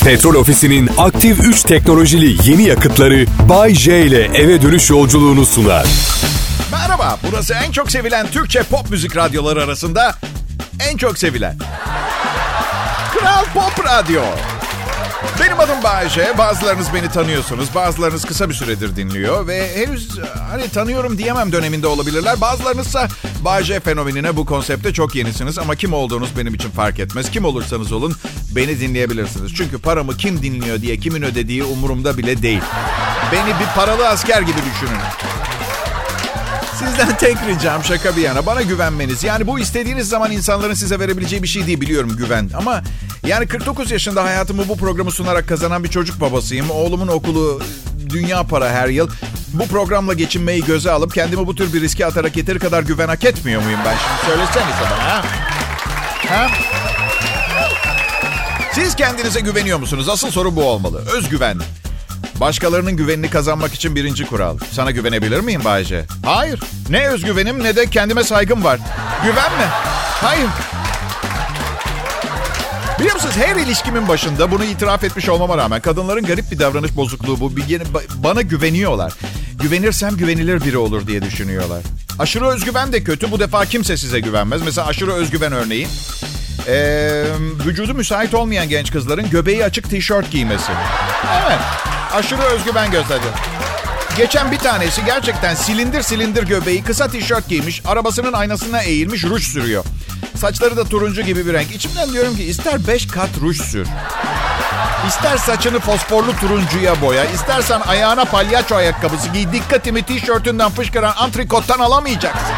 Petrol Ofisi'nin aktif 3 teknolojili yeni yakıtları Bay J ile eve dönüş yolculuğunu sunar. Merhaba, burası en çok sevilen Türkçe pop müzik radyoları arasında en çok sevilen Kral Pop Radyo. Benim adım Bay J. Bazılarınız beni tanıyorsunuz, bazılarınız kısa bir süredir dinliyor ve henüz tanıyorum diyemem döneminde olabilirler. Bazılarınızsa Bay J fenomenine, bu konsepte çok yenisiniz ama kim olduğunuz benim için fark etmez. Kim olursanız olun beni dinleyebilirsiniz. Çünkü paramı kim dinliyor diye kimin ödediği umurumda bile değil. Beni bir paralı asker gibi düşünün. Sizden tek ricam, şaka bir yana, bana güvenmeniz. Yani bu istediğiniz zaman insanların size verebileceği bir şey değil, biliyorum, güven. Ama yani 49 yaşında hayatımı bu programı sunarak kazanan bir çocuk babasıyım. Oğlumun okulu dünya para her yıl. Bu programla geçinmeyi göze alıp kendimi bu tür bir riske atarak yeteri kadar güven hak etmiyor muyum ben şimdi? Söylesenize bana, ha? Siz kendinize güveniyor musunuz? Asıl soru bu olmalı. Özgüven. Başkalarının güvenini kazanmak için birinci kural. Sana güvenebilir miyim Bayce? Hayır. Ne özgüvenim ne de kendime saygım var. Güvenme. Hayır. Biliyor musunuz, her ilişkimin başında bunu itiraf etmiş olmama rağmen kadınların garip bir davranış bozukluğu bu. Bana güveniyorlar. Güvenirsem güvenilir biri olur diye düşünüyorlar. Aşırı özgüven de kötü. Bu defa kimse size güvenmez. Mesela aşırı özgüven örneği. Vücudu müsait olmayan genç kızların göbeği açık tişört giymesi. Evet. Aşırı özgüven gösterdi. Geçen bir tanesi gerçekten silindir göbeği, kısa tişört giymiş, arabasının aynasına eğilmiş, ruj sürüyor. Saçları da turuncu gibi bir renk. İçimden diyorum ki ister 5 kat ruj sür, İster saçını fosforlu turuncuya boya, İstersen ayağına palyaço ayakkabısı giy. Dikkatimi tişörtünden fışkıran antrikottan alamayacaksın.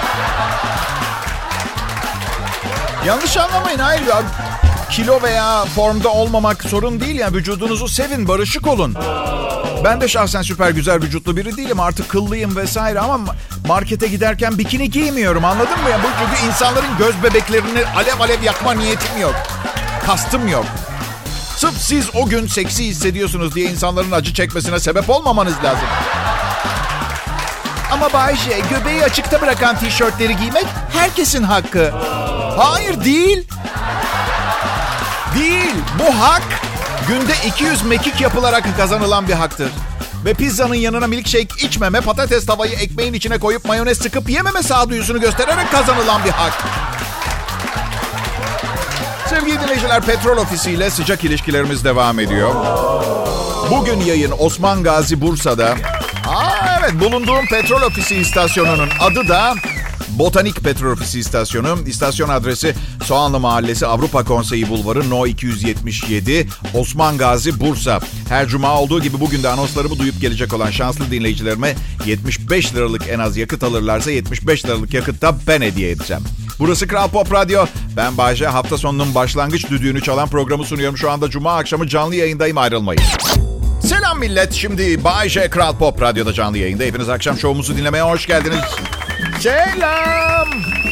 Yanlış anlamayın, hayır ya. Kilo veya formda olmamak sorun değil yani. Vücudunuzu sevin, barışık olun. Ben de şahsen süper güzel vücutlu biri değilim. Artık kıllıyım vesaire ama markete giderken bikini giymiyorum, anladın mı ya? Bu çünkü insanların göz bebeklerini alev alev yakma niyetim yok. Kastım yok. Sırf siz o gün seksi hissediyorsunuz diye insanların acı çekmesine sebep olmamanız lazım. Ama Bayşe, göbeği açıkta bırakan tişörtleri giymek herkesin hakkı. Hayır, değil. Değil. Bu hak günde 200 mekik yapılarak kazanılan bir haktır. Ve pizzanın yanına milkshake içmeme, patates tavayı ekmeğin içine koyup mayonez sıkıp yememe sağduyusunu göstererek kazanılan bir hak. Sevgili dinleyiciler, Petrol Ofisi ile sıcak ilişkilerimiz devam ediyor. Bugün yayın Osman Gazi, Bursa'da. Evet, bulunduğum Petrol Ofisi istasyonunun adı da Botanik Petrol Ofisi istasyonu. İstasyon adresi Soğanlı Mahallesi, Avrupa Konseyi Bulvarı, No 277, Osman Gazi, Bursa. Her cuma olduğu gibi bugün de anonslarımı duyup gelecek olan şanslı dinleyicilerime 75 liralık en az yakıt alırlarsa 75 liralık yakıt da ben hediye edeceğim. Burası Kral Pop Radyo. Ben Bayce. Hafta sonunun başlangıç düdüğünü çalan programı sunuyorum. Şu anda cuma akşamı canlı yayındayım, ayrılmayın. Selam millet. Şimdi Bayce Kral Pop Radyo'da canlı yayında. Hepiniz akşam şovumuzu dinlemeye hoş geldiniz. Selam.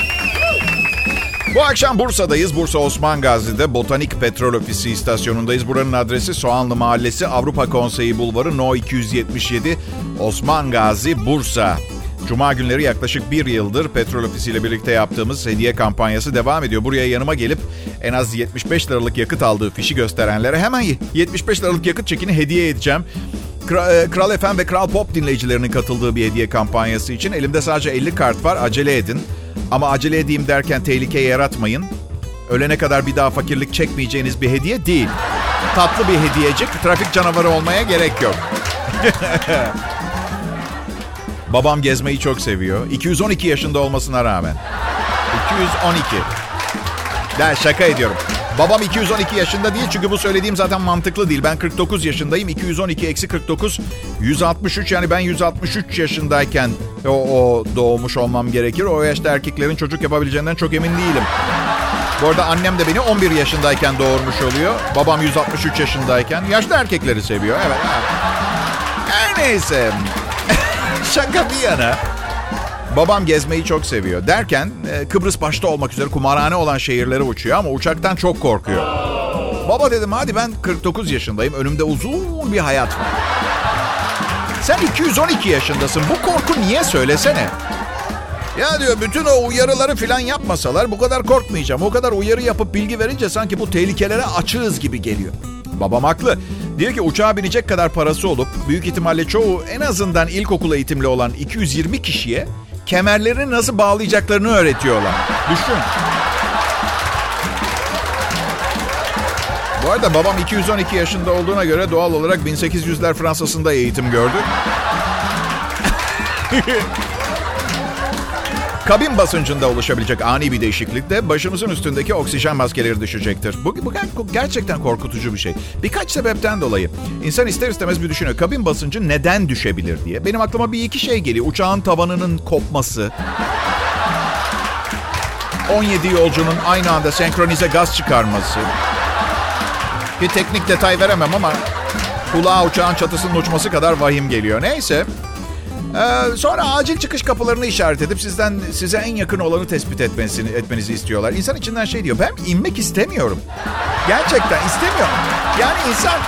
Bu akşam Bursa'dayız. Bursa Osman Gazi'de Botanik Petrol Ofisi istasyonundayız. Buranın adresi Soğanlı Mahallesi, Avrupa Konseyi Bulvarı, No 277, Osman Gazi, Bursa. Cuma günleri yaklaşık 1 yıldır Petrol Ofisi ile birlikte yaptığımız hediye kampanyası devam ediyor. Buraya yanıma gelip en az 75 liralık yakıt aldığı fişi gösterenlere hemen 75 liralık yakıt çekini hediye edeceğim. Kral FM ve Kral Pop dinleyicilerinin katıldığı bir hediye kampanyası için elimde sadece 50 kart var. Acele edin. Ama acele edeyim derken tehlike yaratmayın. Ölene kadar bir daha fakirlik çekmeyeceğiniz bir hediye değil. Tatlı bir hediyecik. Trafik canavarı olmaya gerek yok. Babam gezmeyi çok seviyor. 212 yaşında olmasına rağmen. 212. Ya şaka ediyorum. Babam 212 yaşında değil çünkü bu söylediğim zaten mantıklı değil. Ben 49 yaşındayım. 212 eksi 49 163, yani ben 163 yaşındayken o doğmuş olmam gerekir. O yaşta erkeklerin çocuk yapabileceğinden çok emin değilim. Bu arada annem de beni 11 yaşındayken doğurmuş oluyor. Babam 163 yaşındayken. Yaşlı erkekleri seviyor. Evet. Her neyse. Şaka bir yana. Babam gezmeyi çok seviyor. Derken Kıbrıs başta olmak üzere kumarhane olan şehirlere uçuyor ama uçaktan çok korkuyor. Baba dedim, hadi ben 49 yaşındayım. Önümde uzun bir hayat var. Sen 212 yaşındasın. Bu korku niye, söylesene. Ya diyor, bütün o uyarıları falan yapmasalar bu kadar korkmayacağım. O kadar uyarı yapıp bilgi verince sanki bu tehlikelere açığız gibi geliyor. Babam haklı. Diyor ki uçağa binecek kadar parası olup büyük ihtimalle çoğu en azından ilkokul eğitimli olan 220 kişiye kemerlerini nasıl bağlayacaklarını öğretiyorlar. Düşün. Bu arada babam 212 yaşında olduğuna göre doğal olarak 1800'ler Fransa'sında eğitim gördü. Kabin basıncında oluşabilecek ani bir değişiklikte başımızın üstündeki oksijen maskeleri düşecektir. Bu gerçekten korkutucu bir şey. Birkaç sebepten dolayı. İnsan ister istemez bir düşünüyor. Kabin basıncı neden düşebilir diye. Benim aklıma bir iki şey geliyor. Uçağın tavanının kopması. 17 yolcunun aynı anda senkronize gaz çıkarması. Bir teknik detay veremem ama kulağa uçağın çatısının uçması kadar vahim geliyor. Neyse. Sonra acil çıkış kapılarını işaret edip size en yakın olanı tespit etmenizi istiyorlar. İnsan içinden şey diyor. Ben inmek istemiyorum. Gerçekten istemiyorum. Yani insan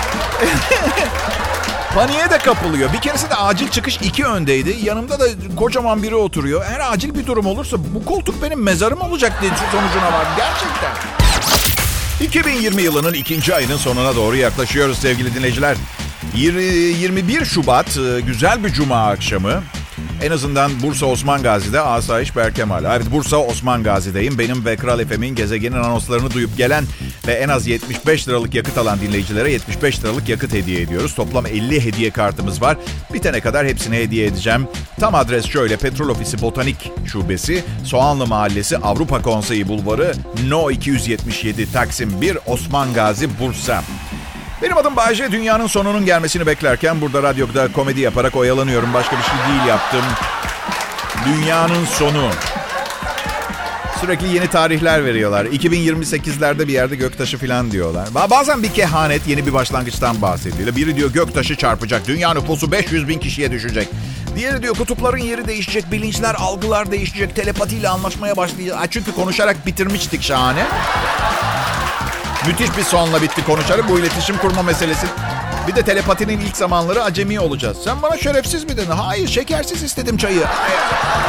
paniğe de kapılıyor. Bir keresinde acil çıkış 2 öndeydi. Yanımda da kocaman biri oturuyor. Eğer acil bir durum olursa bu koltuk benim mezarım olacak diye sonucuna var. Gerçekten. 2020 yılının 2. ayının sonuna doğru yaklaşıyoruz sevgili dinleyiciler. 21 Şubat güzel bir cuma akşamı. En azından Bursa Osman Gazi'de asayiş berkemal. Evet, Bursa Osman Gazi'deyim. Benim ve Kral FM'in gezegenin anonslarını duyup gelen ve en az 75 liralık yakıt alan dinleyicilere 75 liralık yakıt hediye ediyoruz. Toplam 50 hediye kartımız var. Bitene kadar hepsini hediye edeceğim. Tam adres şöyle: Petrol Ofisi Botanik Şubesi, Soğanlı Mahallesi, Avrupa Konseyi Bulvarı, No 277, Taksim 1, Osman Gazi, Bursa. Benim adım Bay J. Dünyanın sonunun gelmesini beklerken burada radyoda komedi yaparak oyalanıyorum. Başka bir şey değil yaptım. Dünyanın sonu. Sürekli yeni tarihler veriyorlar. 2028'lerde bir yerde göktaşı falan diyorlar. Bazen bir kehanet, yeni bir başlangıçtan bahsediyor. Biri diyor göktaşı çarpacak, dünya nüfusu 500 bin kişiye düşecek. Diğeri diyor kutupların yeri değişecek, bilinçler, algılar değişecek, telepatiyle anlaşmaya başlayacağız. Çünkü konuşarak bitirmiştik şahane. Müthiş bir sonla bitti konuşarak bu iletişim kurma meselesi. Bir de telepatinin ilk zamanları acemi olacağız. Sen bana şerefsiz mi dedin? Hayır, şekersiz istedim çayı. Hayır.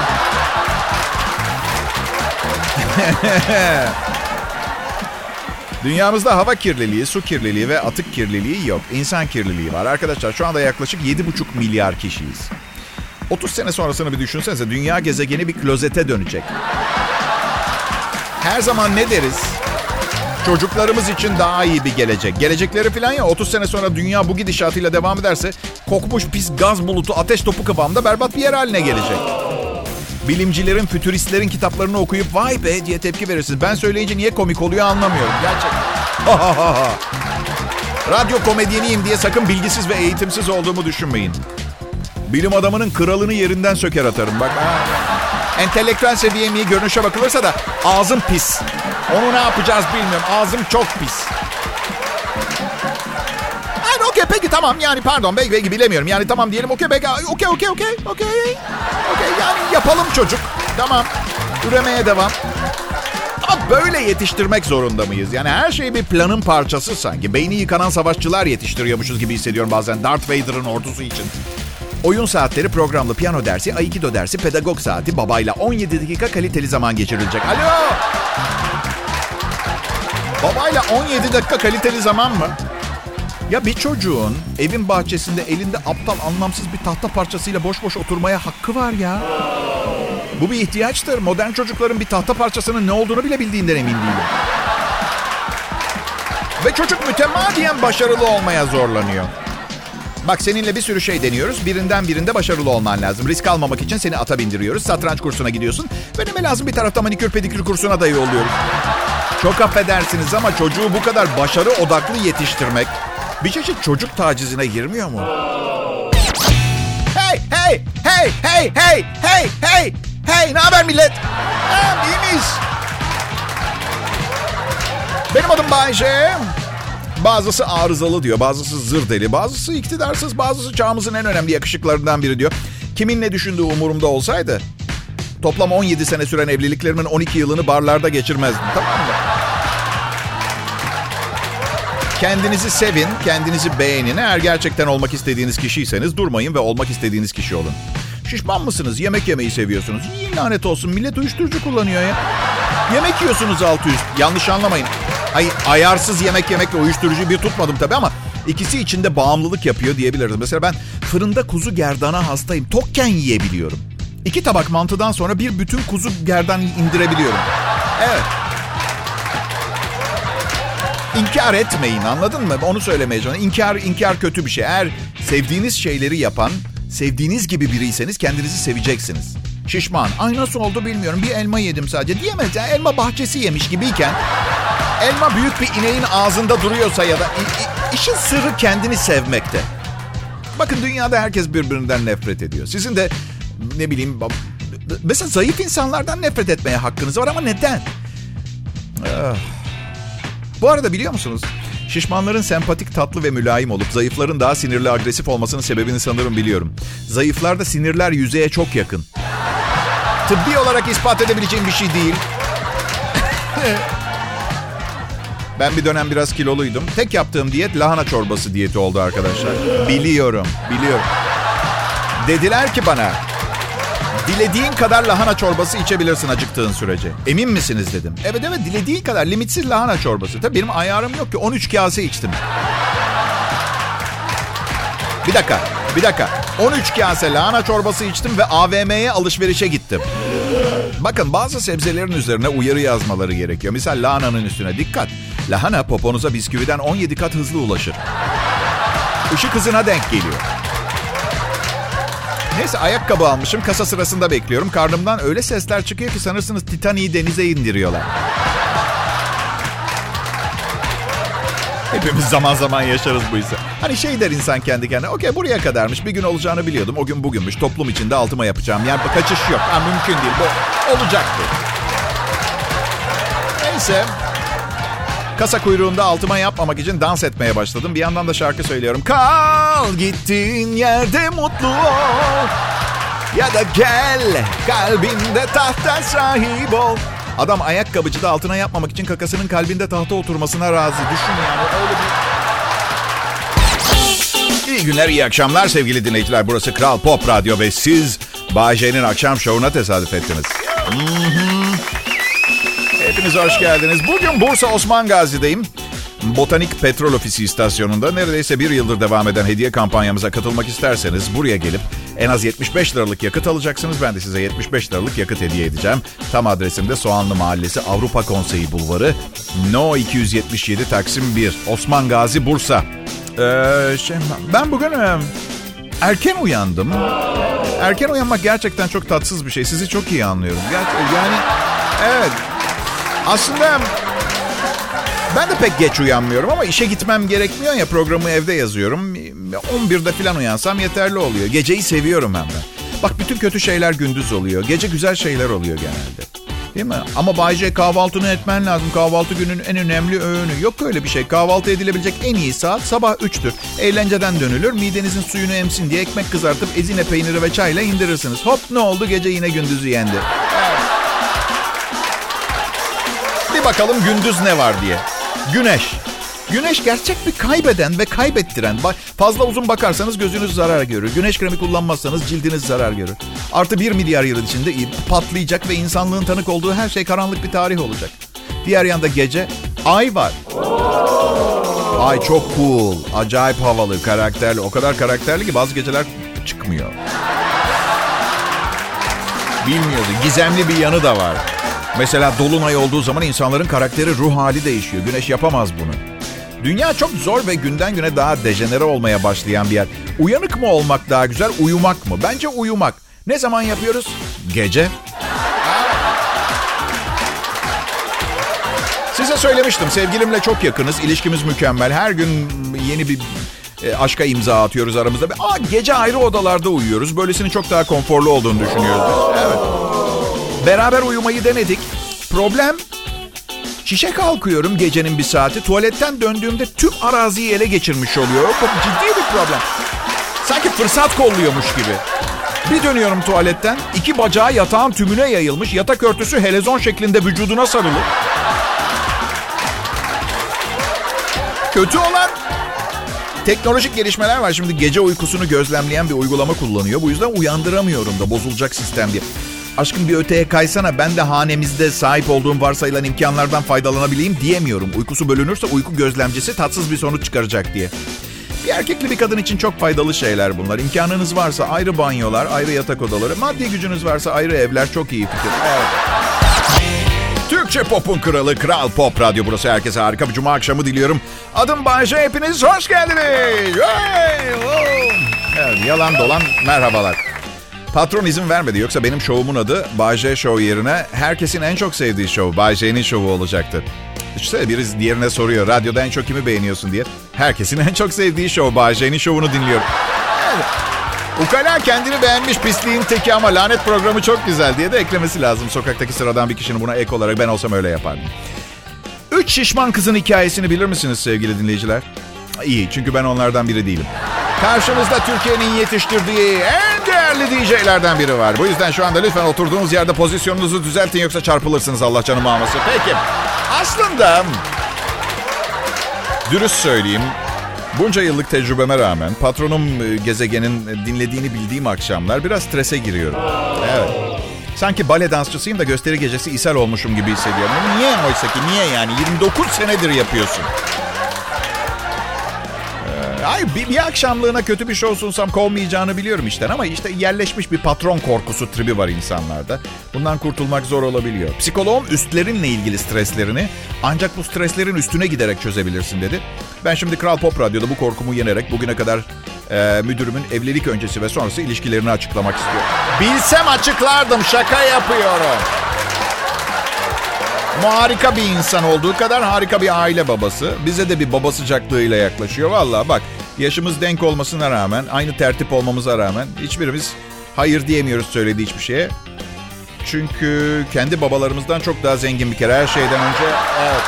Dünyamızda hava kirliliği, su kirliliği ve atık kirliliği yok. İnsan kirliliği var. Arkadaşlar şu anda yaklaşık 7,5 milyar kişiyiz. 30 sene sonrasını bir düşünsenize. Dünya gezegeni bir klozete dönecek. Her zaman ne deriz? Çocuklarımız için daha iyi bir gelecek. Gelecekleri falan ya, 30 sene sonra dünya bu gidişatıyla devam ederse kokmuş pis gaz bulutu, ateş topu kıvamında berbat bir yer haline gelecek. Bilimcilerin, fütüristlerin kitaplarını okuyup vay be diye tepki verirsiniz. Ben söyleyince niye komik oluyor anlamıyorum. Gerçekten. Radyo komedyeniyim diye sakın bilgisiz ve eğitimsiz olduğumu düşünmeyin. Bilim adamının kralını yerinden söker atarım. Bak, entelektüel seviyem iyi, görünüşe bakılırsa da ağzım pis. Onu ne yapacağız bilmiyorum. Ağzım çok pis. Yani okey peki tamam yani pardon belki bilemiyorum. Yani tamam diyelim okey belki okey. Yani yapalım çocuk. Tamam. Üremeye devam. Ama böyle yetiştirmek zorunda mıyız? Yani her şey bir planın parçası sanki. Beyni yıkanan savaşçılar yetiştiriyormuşuz gibi hissediyorum bazen Darth Vader'ın ordusu için. Oyun saatleri, programlı piyano dersi, aikido dersi, pedagog saati, babayla 17 dakika kaliteli zaman geçirilecek. Alo! Babayla 17 dakika kaliteli zaman mı? Ya bir çocuğun evin bahçesinde elinde aptal anlamsız bir tahta parçasıyla boş boş oturmaya hakkı var ya. Bu bir ihtiyaçtır. Modern çocukların bir tahta parçasının ne olduğunu bile bildiğinden emin değilim. Ve çocuk mütemadiyen başarılı olmaya zorlanıyor. Bak seninle bir sürü şey deniyoruz. Birinde başarılı olman lazım. Risk almamak için seni ata bindiriyoruz. Satranç kursuna gidiyorsun. Önüme lazım bir tarafta manikür pedikür kursuna da yolluyoruz. Çok affedersiniz ama çocuğu bu kadar başarı odaklı yetiştirmek bir çeşit çocuk tacizine girmiyor mu? Hey, ne haber millet? İyi miyiz? Benim adım Bay J. Bazısı arızalı diyor, bazısı zır deli, bazısı iktidarsız, bazısı çağımızın en önemli yakışıklarından biri diyor. Kimin ne düşündüğü umurumda olsaydı toplam 17 sene süren evliliklerimin 12 yılını barlarda geçirmezdim. Tamam mı? Kendinizi sevin, kendinizi beğenin. Eğer gerçekten olmak istediğiniz kişiyseniz durmayın ve olmak istediğiniz kişi olun. Şişman mısınız? Yemek yemeyi seviyorsunuz. Yiyin lanet olsun. Millet uyuşturucu kullanıyor ya. Yemek yiyorsunuz altı üst. Yanlış anlamayın. Ay, ayarsız yemek yemekle uyuşturucuyu bir tutmadım tabii ama ikisi içinde bağımlılık yapıyor diyebiliriz. Mesela ben fırında kuzu gerdana hastayım. Tokken yiyebiliyorum. 2 tabak mantıdan sonra bir bütün kuzu gerdan indirebiliyorum. Evet. İnkar etmeyin, anladın mı? Onu söylemeye çalışıyorum. İnkar kötü bir şey. Eğer sevdiğiniz şeyleri yapan, sevdiğiniz gibi biriyseniz kendinizi seveceksiniz. Şişman. Ay nasıl oldu bilmiyorum. Bir elma yedim sadece. Diyemez ya. Elma bahçesi yemiş gibiyken elma büyük bir ineğin ağzında duruyorsa ya da işin sırrı kendini sevmekte. Bakın dünyada herkes birbirinden nefret ediyor. Sizin de ne bileyim mesela zayıf insanlardan nefret etmeye hakkınız var ama neden? Bu arada biliyor musunuz? Şişmanların sempatik, tatlı ve mülayim olup zayıfların daha sinirli, agresif olmasının sebebini sanırım biliyorum. Zayıflarda sinirler yüzeye çok yakın. Tıbbi olarak ispat edebileceğim bir şey değil. Ben bir dönem biraz kiloluydum. Tek yaptığım diyet lahana çorbası diyeti oldu arkadaşlar. Biliyorum. Dediler ki bana, dilediğin kadar lahana çorbası içebilirsin acıktığın sürece. Emin misiniz dedim. Evet dilediğin kadar limitsiz lahana çorbası. Tabii benim ayarım yok ki 13 kase içtim. Bir dakika. 13 kase lahana çorbası içtim ve AVM'ye alışverişe gittim. Bakın bazı sebzelerin üzerine uyarı yazmaları gerekiyor. Misal lahananın üstüne dikkat. Lahana poponuza bisküviden 17 kat hızlı ulaşır. Işık hızına denk geliyor. Neyse ayakkabı almışım. Kasa sırasında bekliyorum. Karnımdan öyle sesler çıkıyor ki sanırsınız Titanic'i denize indiriyorlar. Hepimiz zaman zaman yaşarız bu hissi. Hani şey der insan kendi kendine. Okey buraya kadarmış. Bir gün olacağını biliyordum. O gün bugünmüş. Toplum içinde altıma yapacağım. Yani kaçış yok. Mümkün değil. Bu olacaktı. Neyse. Kasa kuyruğunda altıma yapmamak için dans etmeye başladım. Bir yandan da şarkı söylüyorum. Kal gittiğin yerde mutlu ol. Ya da gel kalbinde tahta sahip ol. Adam ayakkabıcıda altına yapmamak için kakasının kalbinde tahta oturmasına razı. Düşün yani öyle bir... İyi günler, iyi akşamlar sevgili dinleyiciler. Burası Kral Pop Radyo ve siz Bay J'nin akşam şovuna tesadüf ettiniz. Hepiniz hoş geldiniz. Bugün Bursa Osman Gazi'deyim. Botanik Petrol Ofisi istasyonunda neredeyse bir yıldır devam eden hediye kampanyamıza katılmak isterseniz buraya gelip en az 75 liralık yakıt alacaksınız. Ben de size 75 liralık yakıt hediye edeceğim. Tam adresimde Soğanlı Mahallesi, Avrupa Konseyi Bulvarı, No 277 Taksim 1, Osman Gazi, Bursa. Ben bugün erken uyandım. Erken uyanmak gerçekten çok tatsız bir şey. Sizi çok iyi anlıyorum. Yani evet. Aslında ben de pek geç uyanmıyorum ama işe gitmem gerekmiyor ya, programı evde yazıyorum. 11'de falan uyansam yeterli oluyor. Geceyi seviyorum hem de. Bak bütün kötü şeyler gündüz oluyor. Gece güzel şeyler oluyor genelde. Değil mi? Ama Bay J kahvaltını etmen lazım. Kahvaltı günün en önemli öğünü. Yok öyle bir şey. Kahvaltı edilebilecek en iyi saat sabah 3'tür. Eğlenceden dönülür. Midenizin suyunu emsin diye ekmek kızartıp ezine peyniri ve çayla indirirsiniz. Hop ne oldu? Gece yine gündüzü yendi. Bir bakalım gündüz ne var diye. Güneş. Güneş gerçek bir kaybeden ve kaybettiren. Fazla uzun bakarsanız gözünüz zarar görür. Güneş kremi kullanmazsanız cildiniz zarar görür. Artı 1 milyar yıl içinde patlayacak ve insanlığın tanık olduğu her şey karanlık bir tarih olacak. Diğer yanda gece, ay var. Ay çok cool, acayip havalı, karakterli. O kadar karakterli ki bazı geceler çıkmıyor. Bilmiyordu. Gizemli bir yanı da var. Mesela dolunay olduğu zaman insanların karakteri, ruh hali değişiyor. Güneş yapamaz bunu. Dünya çok zor ve günden güne daha dejenere olmaya başlayan bir yer. Uyanık mı olmak daha güzel, uyumak mı? Bence uyumak. Ne zaman yapıyoruz? Gece. Size söylemiştim, sevgilimle çok yakınız, ilişkimiz mükemmel. Her gün yeni bir aşka imza atıyoruz aramızda. Gece ayrı odalarda uyuyoruz. Böylesinin çok daha konforlu olduğunu düşünüyoruz. Evet. Beraber uyumayı denedik. Problem, şişe kalkıyorum gecenin bir saati. Tuvaletten döndüğümde tüm araziyi ele geçirmiş oluyor. Çok ciddi bir problem. Sanki fırsat kolluyormuş gibi. Bir dönüyorum tuvaletten. 2 bacağı yatağın tümüne yayılmış. Yatak örtüsü helezon şeklinde vücuduna sarılı. Kötü olan teknolojik gelişmeler var. Şimdi gece uykusunu gözlemleyen bir uygulama kullanıyor. Bu yüzden uyandıramıyorum da bozulacak sistem diye. aşkım bir öteye kaysana, ben de hanemizde sahip olduğum varsayılan imkanlardan faydalanabileyim diyemiyorum. Uykusu bölünürse uyku gözlemcisi tatsız bir sonuç çıkaracak diye. Bir erkekli bir kadın için çok faydalı şeyler bunlar. İmkanınız varsa ayrı banyolar, ayrı yatak odaları, maddi gücünüz varsa ayrı evler, çok iyi fikir. Evet. Türkçe pop'un kralı, Kral Pop Radyo burası. Herkese harika bir cuma akşamı diliyorum. Adım Bayce, hepiniz hoş geldiniz. Evet, yalan dolan merhabalar. Patron izin vermedi, yoksa benim şovumun adı Bayce Show yerine herkesin en çok sevdiği show, Bayce'nin şovu olacaktı. İşte biri diğerine soruyor, radyoda en çok kimi beğeniyorsun diye. Herkesin en çok sevdiği show, Bayce'nin şovunu dinliyorum. Evet. Ukala kendini beğenmiş pisliğin teki ama lanet programı çok güzel diye de eklemesi lazım. Sokaktaki sıradan bir kişinin buna ek olarak ben olsam öyle yapardım. 3 şişman kızın hikayesini bilir misiniz sevgili dinleyiciler? İyi, çünkü ben onlardan biri değilim. Karşınızda Türkiye'nin yetiştirdiği en değerli DJ'lerden biri var. Bu yüzden şu anda lütfen oturduğunuz yerde pozisyonunuzu düzeltin, yoksa çarpılırsınız, Allah canımı almasın. Peki, aslında dürüst söyleyeyim, bunca yıllık tecrübeme rağmen patronum gezegenin dinlediğini bildiğim akşamlar biraz strese giriyorum. Evet. Sanki bale dansçısıyım da gösteri gecesi ishal olmuşum gibi hissediyorum. Niye oysa ki? Niye yani? 29 senedir yapıyorsun. Hayır, bir akşamlığına kötü bir show sunsam kovmayacağını biliyorum işten, ama işte yerleşmiş bir patron korkusu tribi var insanlarda. Bundan kurtulmak zor olabiliyor. Psikoloğum üstlerinle ilgili streslerini ancak bu streslerin üstüne giderek çözebilirsin dedi. Ben şimdi Kral Pop Radyo'da bu korkumu yenerek bugüne kadar müdürümün evlilik öncesi ve sonrası ilişkilerini açıklamak istiyorum. Bilsem açıklardım, şaka yapıyorum. Harika bir insan olduğu kadar harika bir aile babası. Bize de bir baba sıcaklığıyla yaklaşıyor. Vallahi bak, yaşımız denk olmasına rağmen, aynı tertip olmamıza rağmen hiçbirimiz hayır diyemiyoruz söylediği hiçbir şeye. Çünkü kendi babalarımızdan çok daha zengin bir kere, her şeyden önce. Evet.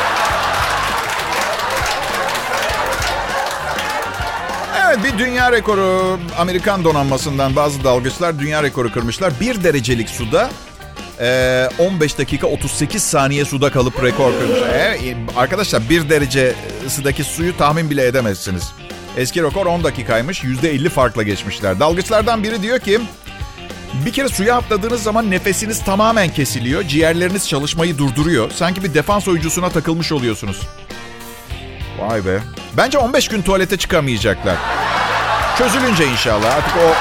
Evet, bir dünya rekoru. Amerikan donanmasından bazı dalgıçlar dünya rekoru kırmışlar. 1 derecelik suda 15 dakika 38 saniye suda kalıp rekor kırmışlar. Arkadaşlar, 1 derece ısıdaki suyu tahmin bile edemezsiniz. Eski rekor 10 dakikaymış. %50 farkla geçmişler. Dalgıçlardan biri diyor ki, bir kere suya atladığınız zaman nefesiniz tamamen kesiliyor. Ciğerleriniz çalışmayı durduruyor. Sanki bir defans oyuncusuna takılmış oluyorsunuz. Vay be. Bence 15 gün tuvalete çıkamayacaklar. Çözülünce inşallah artık o...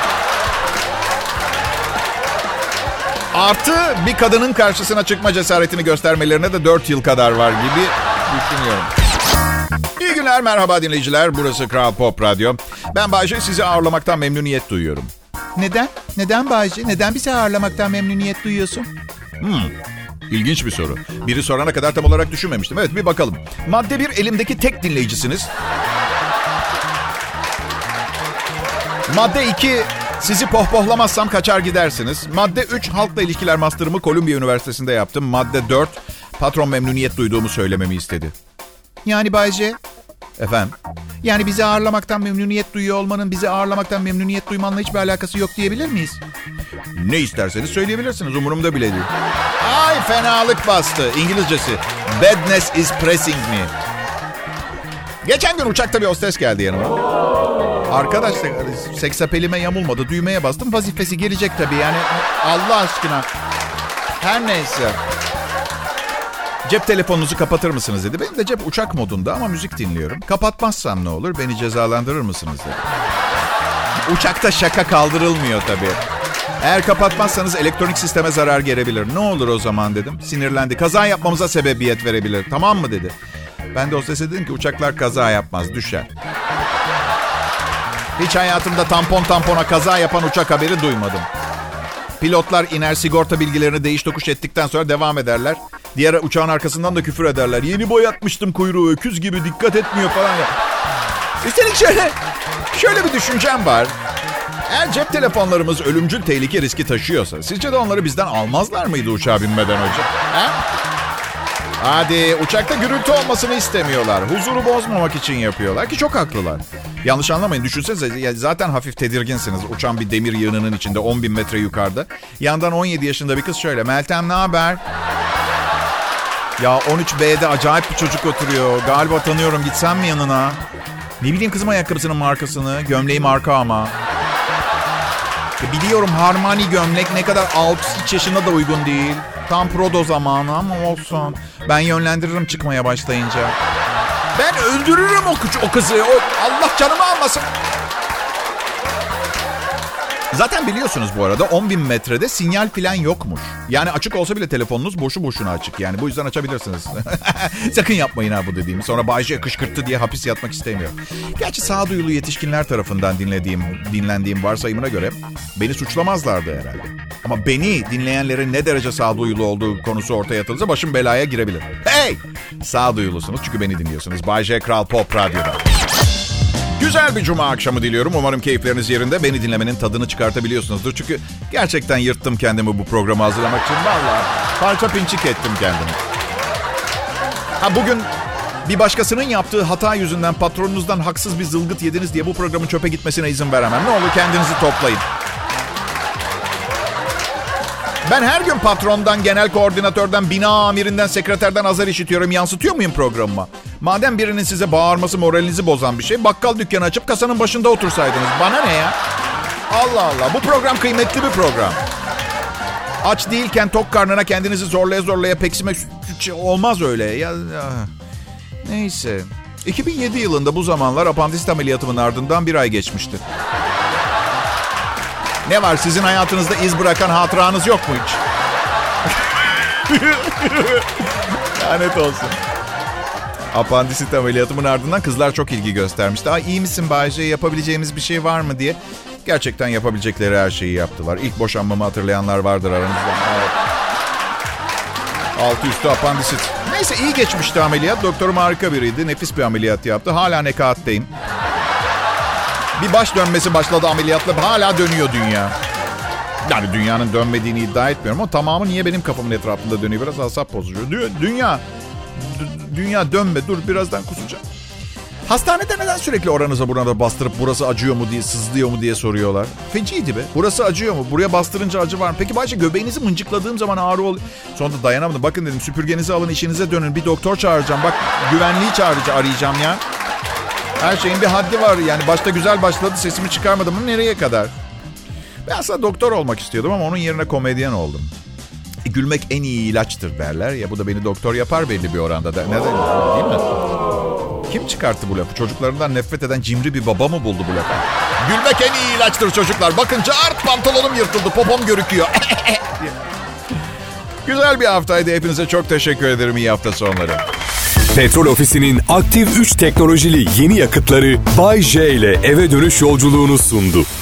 Artı bir kadının karşısına çıkma cesaretini göstermelerine de 4 yıl kadar var gibi düşünüyorum. İyi günler, merhaba dinleyiciler. Burası Kral Pop Radyo. Ben Bayce, sizi ağırlamaktan memnuniyet duyuyorum. Neden? Neden Bayce? Neden bizi ağırlamaktan memnuniyet duyuyorsun? İlginç bir soru. Biri sorana kadar tam olarak düşünmemiştim. Evet, bir bakalım. Madde 1, elimdeki tek dinleyicisiniz. Madde 2... Sizi pohpohlamazsam kaçar gidersiniz. Madde 3, halkla ilişkiler master'ımı Columbia Üniversitesi'nde yaptım. Madde 4, patron memnuniyet duyduğumu söylememi istedi. Yani Bayce? Efendim? Yani bizi ağırlamaktan memnuniyet duyuyor olmanın bizi ağırlamaktan memnuniyet duymanla hiçbir alakası yok diyebilir miyiz? Ne isterseniz söyleyebilirsiniz, umurumda bile değil. Ay, fenalık bastı. İngilizcesi. Badness is pressing me. Geçen gün uçakta bir hostes geldi yanıma. Arkadaşlar, seksapelime yamulmadı. Düğmeye bastım. Vazifesi gelecek tabii. Yani Allah aşkına. Her neyse. Cep telefonunuzu kapatır mısınız dedi. Benim de cep uçak modunda ama müzik dinliyorum. Kapatmazsam ne olur? Beni cezalandırır mısınız dedi. Uçakta şaka kaldırılmıyor tabii. Eğer kapatmazsanız elektronik sisteme zarar gelebilir. Ne olur o zaman dedim. Sinirlendi. Kaza yapmamıza sebebiyet verebilir. Tamam mı dedi. Ben de hostese dedim ki uçaklar kaza yapmaz, düşer. Hiç hayatımda tampona kaza yapan uçak haberi duymadım. Pilotlar iner, sigorta bilgilerini değiş tokuş ettikten sonra devam ederler. Diğer uçağın arkasından da küfür ederler. Yeni boyatmıştım kuyruğu, öküz gibi dikkat etmiyor falan ya. Üstelik şöyle bir düşüncem var. Eğer cep telefonlarımız ölümcül tehlike riski taşıyorsa, sizce de onları bizden almazlar mıydı uçağa binmeden önce? Ha? Hadi, uçakta gürültü olmasını istemiyorlar. Huzuru bozmamak için yapıyorlar ki çok haklılar. Yanlış anlamayın, düşünsenize zaten hafif tedirginsiniz. Uçan bir demir yığınının içinde 10.000 metre yukarıda. Yandan 17 yaşında bir kız şöyle. Meltem, ne haber? Ya 13B'de acayip bir çocuk oturuyor. Galiba tanıyorum, gitsem mi yanına? Ne bileyim kızım ayakkabısının markasını. Gömleği marka ama. Biliyorum Armani gömlek ne kadar alt iç yaşına da uygun değil. Tam prodo zamanı ama olsun. Ben yönlendiririm çıkmaya başlayınca. Ben öldürürüm o kızı. Allah canımı almasın. Zaten biliyorsunuz bu arada 10.000 metrede sinyal falan yokmuş. Yani açık olsa bile telefonunuz boşu boşuna açık. Yani bu yüzden açabilirsiniz. Sakın yapmayın ha bu dediğimi. Sonra Bayce kışkırttı diye hapis yatmak istemiyorum. Gerçi sağduyulu yetişkinler tarafından dinlendiğim varsayımına göre beni suçlamazlardı herhalde. Ama beni dinleyenlerin ne derece sağduyulu olduğu konusu ortaya atılırsa başım belaya girebilir. Hey! Sağduyulusunuz çünkü beni dinliyorsunuz. Bayce Kral Pop Radyo'da. Güzel bir cuma akşamı diliyorum. Umarım keyifleriniz yerinde. Beni dinlemenin tadını çıkartabiliyorsunuzdur. Çünkü gerçekten yırttım kendimi bu programı hazırlamak için. Vallahi parça pinçik ettim kendimi. Bugün bir başkasının yaptığı hata yüzünden patronunuzdan haksız bir zılgıt yediniz diye bu programın çöpe gitmesine izin veremem. Ne olur kendinizi toplayın. Ben her gün patrondan, genel koordinatörden, bina amirinden, sekreterden azar işitiyorum. Yansıtıyor muyum programıma? Madem birinin size bağırması moralinizi bozan bir şey, bakkal dükkanı açıp kasanın başında otursaydınız. Bana ne ya? Allah Allah. Bu program kıymetli bir program. Aç değilken tok karnına kendinizi zorlaya zorlaya peksimek olmaz öyle. Ya. Neyse. 2007 yılında bu zamanlar apandisit ameliyatımın ardından bir ay geçmişti. Ne var, sizin hayatınızda iz bırakan hatıranız yok mu hiç? Lanet olsun. Apandisit ameliyatımın ardından kızlar çok ilgi göstermişti. İyi misin Bayce, yapabileceğimiz bir şey var mı diye. Gerçekten yapabilecekleri her şeyi yaptılar. İlk boşanmamı hatırlayanlar vardır aranızda. Evet. Altı üstü apandisit. Neyse, iyi geçmişti ameliyat. Doktorum harika biriydi. Nefis bir ameliyat yaptı. Hala nekahatteyim. Bir baş dönmesi başladı ameliyatla. Hala dönüyor dünya. Yani dünyanın dönmediğini iddia etmiyorum ama tamamı niye benim kafamın etrafında dönüyor? Biraz asap bozucu. Dünya dönme, dur birazdan kusacağım. Hastanede neden sürekli oranıza burana bastırıp burası acıyor mu diye, sızlıyor mu diye soruyorlar. Feciydi be. Burası acıyor mu? Buraya bastırınca acı var mı? Peki Bayce, göbeğinizi mıncıkladığım zaman ağrı oluyor. Sonra da dayanamadım. Bakın dedim, süpürgenizi alın, işinize dönün. Bir doktor çağıracağım. Bak, güvenliği arayacağım ya. Her şeyin bir haddi var. Yani başta güzel başladı, sesimi çıkarmadım mı nereye kadar? Ben aslında doktor olmak istiyordum ama onun yerine komedyen oldum. Gülmek en iyi ilaçtır derler ya, bu da beni doktor yapar belli bir oranda. Neden? Değil mi? Kim çıkarttı bu lafı? Çocuklarından nefret eden cimri bir baba mı buldu bu lafı? Gülmek en iyi ilaçtır çocuklar. Bakın, cart pantolonum yırtıldı, popom görüküyor. Güzel bir haftaydı. Hepinize çok teşekkür ederim. İyi hafta sonları. Petrol Ofisi'nin aktif 3 teknolojili yeni yakıtları Bay J ile eve dönüş yolculuğunu sundu.